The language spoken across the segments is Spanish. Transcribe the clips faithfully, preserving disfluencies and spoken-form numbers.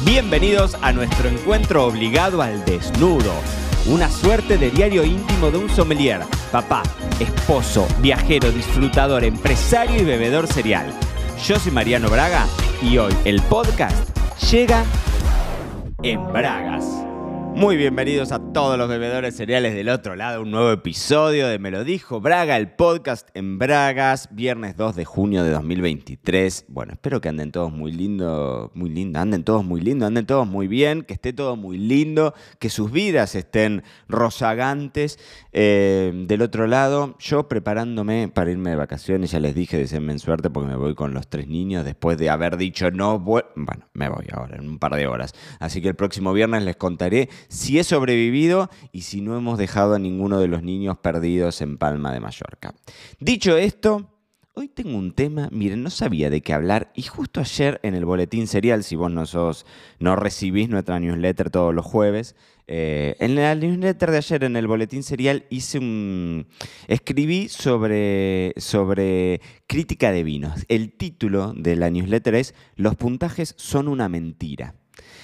Bienvenidos a nuestro encuentro obligado al desnudo. Una suerte de diario íntimo de un sommelier, papá, esposo, viajero, disfrutador, empresario y bebedor serial. Yo soy Mariano Braga y hoy el podcast llega en Bragas. Muy bienvenidos a todos los bebedores cereales del otro lado, un nuevo episodio de Me lo dijo Braga, el podcast en Bragas, viernes dos de junio de dos mil veintitrés. Bueno, espero que anden todos muy lindo, muy lindo, anden todos muy lindo, anden todos muy bien, que esté todo muy lindo, que sus vidas estén rozagantes. Eh, del otro lado, yo preparándome para irme de vacaciones, ya les dije, deseenme suerte porque me voy con los tres niños después de haber dicho no, bueno, me voy ahora en un par de horas. Así que el próximo viernes les contaré si he sobrevivido y si no hemos dejado a ninguno de los niños perdidos en Palma de Mallorca. Dicho esto, hoy tengo un tema, miren, no sabía de qué hablar y justo ayer en el Boletín Serial, si vos no sos, no recibís nuestra newsletter todos los jueves, eh, en la newsletter de ayer en el Boletín Serial hice un, escribí sobre, sobre crítica de vinos. El título de la newsletter es "Los puntajes son una mentira".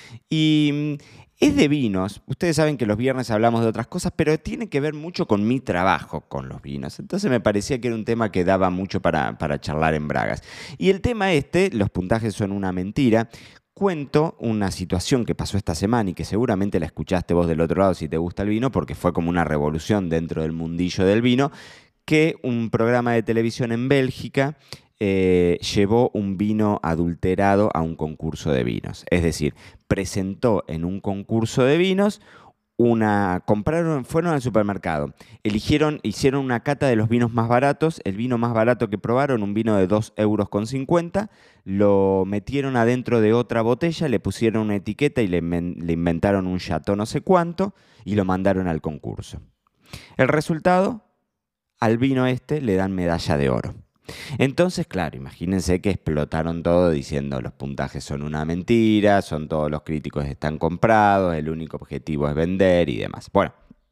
Y es de vinos. Ustedes saben que los viernes hablamos de otras cosas, pero tiene que ver mucho con mi trabajo con los vinos. Entonces me parecía que era un tema que daba mucho para, para charlar en Bragas. Y el tema este, los puntajes son una mentira. Cuento una situación que pasó esta semana y que seguramente la escuchaste vos del otro lado si te gusta el vino, porque fue como una revolución dentro del mundillo del vino, que un programa de televisión en Bélgica Eh, llevó un vino adulterado a un concurso de vinos. Es decir, presentó en un concurso de vinos una... compraron, fueron al supermercado, eligieron, hicieron una cata de los vinos más baratos. El vino más barato que probaron, un vino de dos euros con cincuenta, lo metieron adentro de otra botella, le pusieron una etiqueta y le, le inventaron un chateau no sé cuánto y lo mandaron al concurso. El resultado, al vino este le dan medalla de oro. Entonces, claro, imagínense que explotaron todo diciendo los puntajes son una mentira, son todos los críticos están comprados, el único objetivo es vender y demás. Bueno,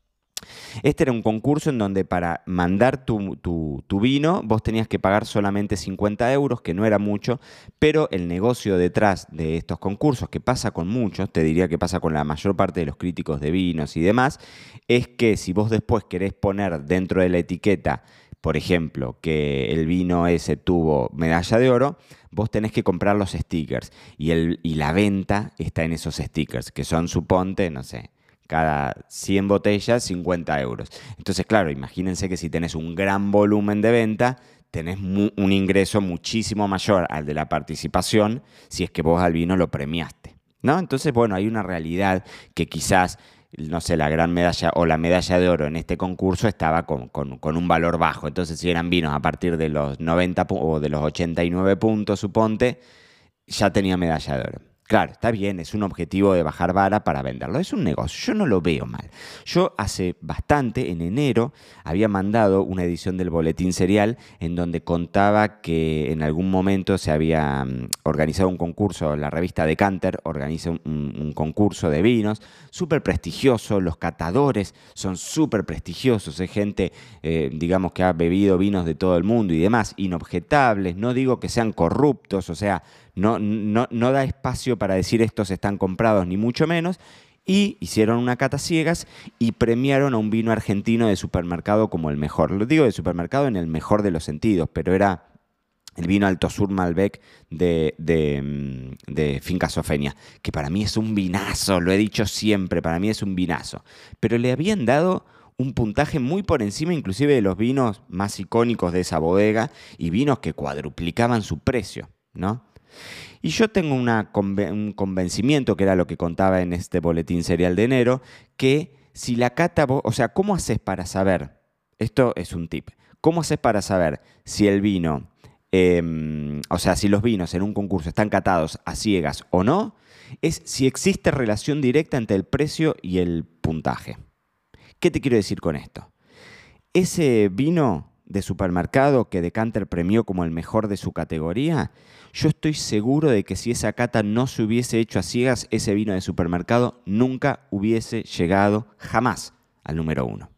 este era un concurso en donde para mandar tu, tu, tu vino vos tenías que pagar solamente cincuenta euros, que no era mucho, pero el negocio detrás de estos concursos, que pasa con muchos, te diría que pasa con la mayor parte de los críticos de vinos y demás, es que si vos después querés poner dentro de la etiqueta, por ejemplo, que el vino ese tuvo medalla de oro, vos tenés que comprar los stickers y, el, y la venta está en esos stickers, que son, suponte, no sé, cada cien botellas, cincuenta euros. Entonces, claro, imagínense que si tenés un gran volumen de venta, tenés mu- un ingreso muchísimo mayor al de la participación si es que vos al vino lo premiaste, ¿no? Entonces, bueno, hay una realidad que quizás, no sé, la gran medalla o la medalla de oro en este concurso estaba con, con, con un valor bajo. Entonces, si eran vinos a partir de los noventa o de los ochenta y nueve puntos, suponte, ya tenía medalla de oro. Claro, está bien, es un objetivo de bajar vara para venderlo. Es un negocio, yo no lo veo mal. Yo hace bastante, en enero, había mandado una edición del Boletín Serial en donde contaba que en algún momento se había um, organizado un concurso, la revista Decanter organiza un, un, un concurso de vinos, súper prestigioso, los catadores son súper prestigiosos, es gente, eh, digamos, que ha bebido vinos de todo el mundo y demás, inobjetables, no digo que sean corruptos, o sea, No, no, no da espacio para decir estos están comprados, ni mucho menos, y hicieron una cata ciegas y premiaron a un vino argentino de supermercado como el mejor. Lo digo de supermercado en el mejor de los sentidos, pero era el vino Alto Sur Malbec de, de, de Finca Sofenia, que para mí es un vinazo, lo he dicho siempre, para mí es un vinazo. Pero le habían dado un puntaje muy por encima inclusive de los vinos más icónicos de esa bodega y vinos que cuadruplicaban su precio, ¿no? Y yo tengo una, un convencimiento, que era lo que contaba en este Boletín Serial de enero, que si la cata, o sea, ¿cómo haces para saber? Esto es un tip. ¿Cómo haces para saber si el vino, eh, o sea, si los vinos en un concurso están catados a ciegas o no? Es si existe relación directa entre el precio y el puntaje. ¿Qué te quiero decir con esto? Ese vino de supermercado que Decanter premió como el mejor de su categoría, yo estoy seguro de que si esa cata no se hubiese hecho a ciegas, ese vino de supermercado nunca hubiese llegado jamás al número uno.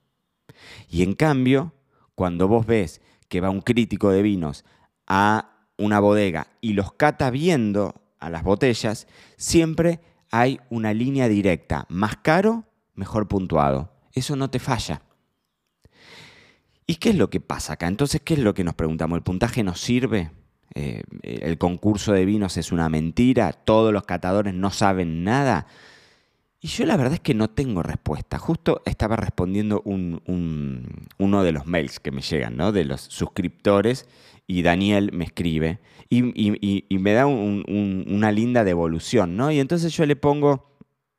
Y en cambio, cuando vos ves que va un crítico de vinos a una bodega y los cata viendo a las botellas, siempre hay una línea directa. Más caro, mejor puntuado. Eso no te falla. ¿Y qué es lo que pasa acá? Entonces, ¿qué es lo que nos preguntamos? ¿El puntaje nos sirve? Eh, ¿El concurso de vinos es una mentira? ¿Todos los catadores no saben nada? Y yo la verdad es que no tengo respuesta. Justo estaba respondiendo un, un, uno de los mails que me llegan, ¿no? De los suscriptores, y Daniel me escribe y, y, y me da un, un, una linda devolución, ¿no? Y entonces yo le pongo,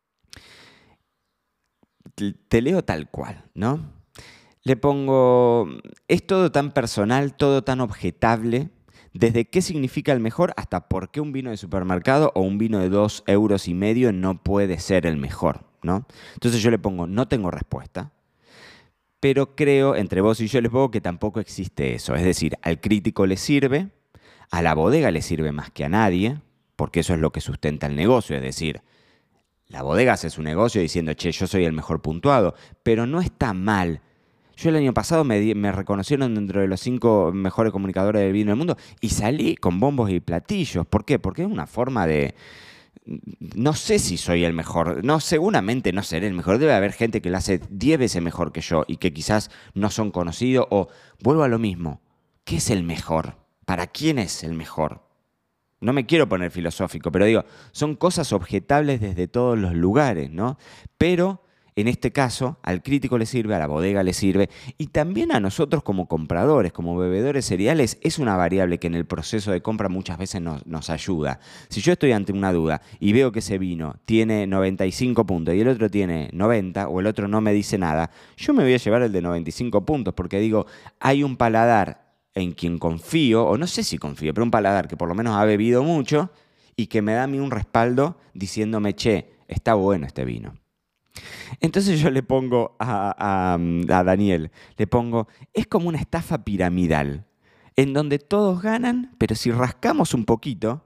te leo tal cual, ¿no? Le pongo, es todo tan personal, todo tan objetable, desde qué significa el mejor hasta por qué un vino de supermercado o un vino de dos euros y medio no puede ser el mejor, ¿no? Entonces yo le pongo, no tengo respuesta, pero creo, entre vos y yo les pongo que tampoco existe eso. Es decir, al crítico le sirve, a la bodega le sirve más que a nadie, porque eso es lo que sustenta el negocio. Es decir, la bodega hace su negocio diciendo, che, yo soy el mejor puntuado, pero no está mal. Yo el año pasado me, me reconocieron dentro de los cinco mejores comunicadores del vino del mundo y salí con bombos y platillos. ¿Por qué? Porque es una forma de... No sé si soy el mejor. No, seguramente no seré el mejor. Debe haber gente que lo hace diez veces mejor que yo y que quizás no son conocidos. O vuelvo a lo mismo. ¿Qué es el mejor? ¿Para quién es el mejor? No me quiero poner filosófico, pero digo, son cosas objetables desde todos los lugares, ¿no? Pero... en este caso, al crítico le sirve, a la bodega le sirve y también a nosotros como compradores, como bebedores cereales, es una variable que en el proceso de compra muchas veces nos, nos ayuda. Si yo estoy ante una duda y veo que ese vino tiene noventa y cinco puntos y el otro tiene noventa o el otro no me dice nada, yo me voy a llevar el de noventa y cinco puntos porque digo, hay un paladar en quien confío, o no sé si confío, pero un paladar que por lo menos ha bebido mucho y que me da a mí un respaldo diciéndome, che, está bueno este vino. Entonces yo le pongo a, a, a Daniel, le pongo, es como una estafa piramidal, en donde todos ganan, pero si rascamos un poquito,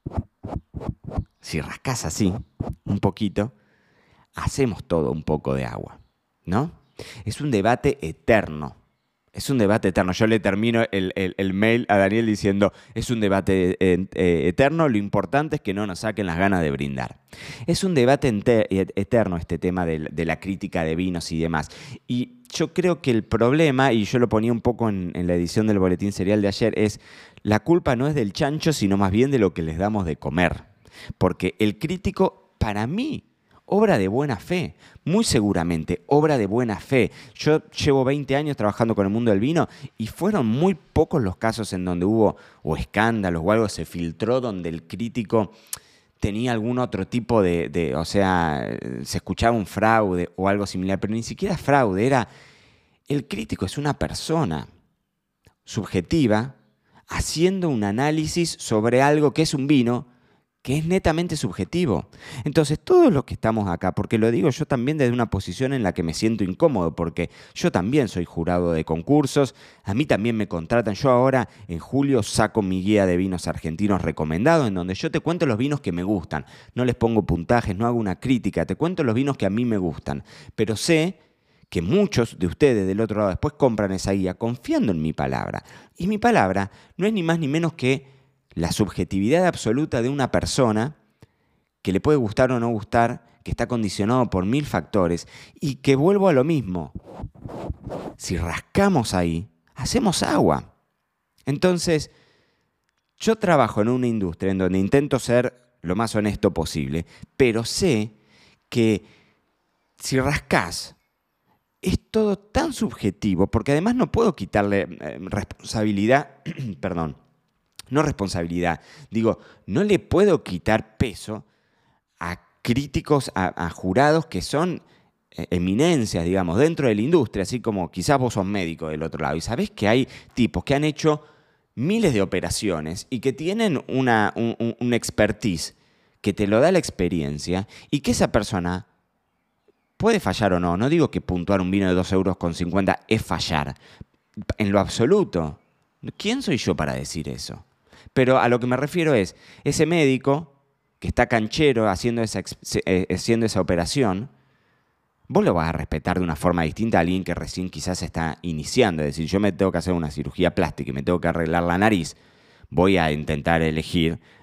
si rascas así, un poquito, hacemos todo un poco de agua, ¿no? Es un debate eterno. Es un debate eterno. Yo le termino el, el, el mail a Daniel diciendo, es un debate eh, eh, eterno, lo importante es que no nos saquen las ganas de brindar. Es un debate enter, eterno este tema de, de la crítica de vinos y demás. Y yo creo que el problema, y yo lo ponía un poco en, en la edición del Boletín Cereal de ayer, es la culpa no es del chancho, sino más bien de lo que les damos de comer. Porque el crítico, para mí, obra de buena fe, muy seguramente, obra de buena fe. Yo llevo veinte años trabajando con el mundo del vino y fueron muy pocos los casos en donde hubo o escándalos o algo se filtró donde el crítico tenía algún otro tipo de, de, o sea, se escuchaba un fraude o algo similar, pero ni siquiera fraude, era, el crítico es una persona subjetiva haciendo un análisis sobre algo que es un vino, que es netamente subjetivo. Entonces, todos los que estamos acá, porque lo digo yo también desde una posición en la que me siento incómodo, porque yo también soy jurado de concursos, a mí también me contratan. Yo ahora, en julio, saco mi guía de vinos argentinos recomendados, en donde yo te cuento los vinos que me gustan. No les pongo puntajes, no hago una crítica, te cuento los vinos que a mí me gustan. Pero sé que muchos de ustedes del otro lado después compran esa guía confiando en mi palabra. Y mi palabra no es ni más ni menos que la subjetividad absoluta de una persona que le puede gustar o no gustar, que está condicionado por mil factores y que vuelvo a lo mismo. Si rascamos ahí, hacemos agua. Entonces, yo trabajo en una industria en donde intento ser lo más honesto posible, pero sé que si rascás, es todo tan subjetivo, porque además no puedo quitarle eh, responsabilidad, perdón, no responsabilidad, digo, no le puedo quitar peso a críticos, a, a jurados que son eh, eminencias, digamos, dentro de la industria, así como quizás vos sos médico del otro lado, y sabés que hay tipos que han hecho miles de operaciones y que tienen una, un, un, un expertise que te lo da la experiencia y que esa persona puede fallar o no. No digo que puntuar un vino de dos euros con cincuenta es fallar, en lo absoluto. ¿Quién soy yo para decir eso? Pero a lo que me refiero es, ese médico que está canchero haciendo esa, haciendo esa operación, vos lo vas a respetar de una forma distinta a alguien que recién quizás está iniciando. Es decir, yo me tengo que hacer una cirugía plástica y me tengo que arreglar la nariz, voy a intentar elegir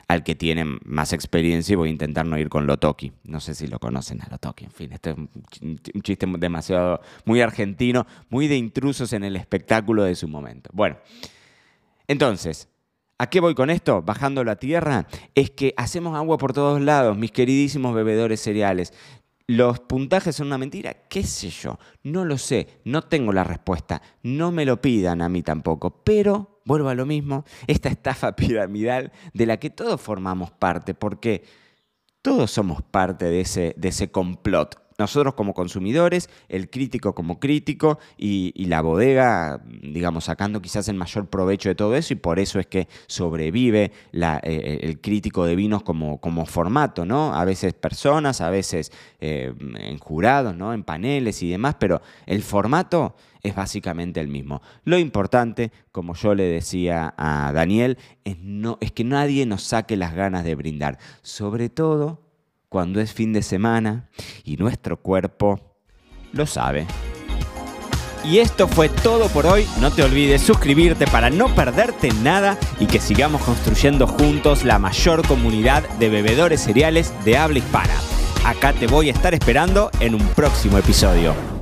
al que tiene más experiencia y voy a intentar no ir con Lotoki. No sé si lo conocen a Lotoki. En fin, este es un chiste demasiado, muy argentino, muy de intrusos en el espectáculo de su momento. Bueno, entonces, ¿a qué voy con esto? Bajándolo a tierra, es que hacemos agua por todos lados, mis queridísimos bebedores cereales. ¿Los puntajes son una mentira? ¿Qué sé yo? No lo sé, no tengo la respuesta. No me lo pidan a mí tampoco. Pero, vuelvo a lo mismo, esta estafa piramidal de la que todos formamos parte, porque todos somos parte de ese, de ese complot. Nosotros como consumidores, el crítico como crítico y, y la bodega, digamos, sacando quizás el mayor provecho de todo eso, y por eso es que sobrevive la, eh, el crítico de vinos como, como formato, ¿no? A veces personas, a veces eh, en jurados, ¿no? En paneles y demás, pero el formato es básicamente el mismo. Lo importante, como yo le decía a Daniel, es, no, es que nadie nos saque las ganas de brindar, sobre todo cuando es fin de semana y nuestro cuerpo lo sabe. Y esto fue todo por hoy. No te olvides suscribirte para no perderte nada y que sigamos construyendo juntos la mayor comunidad de bebedores cereales de habla hispana. Acá te voy a estar esperando en un próximo episodio.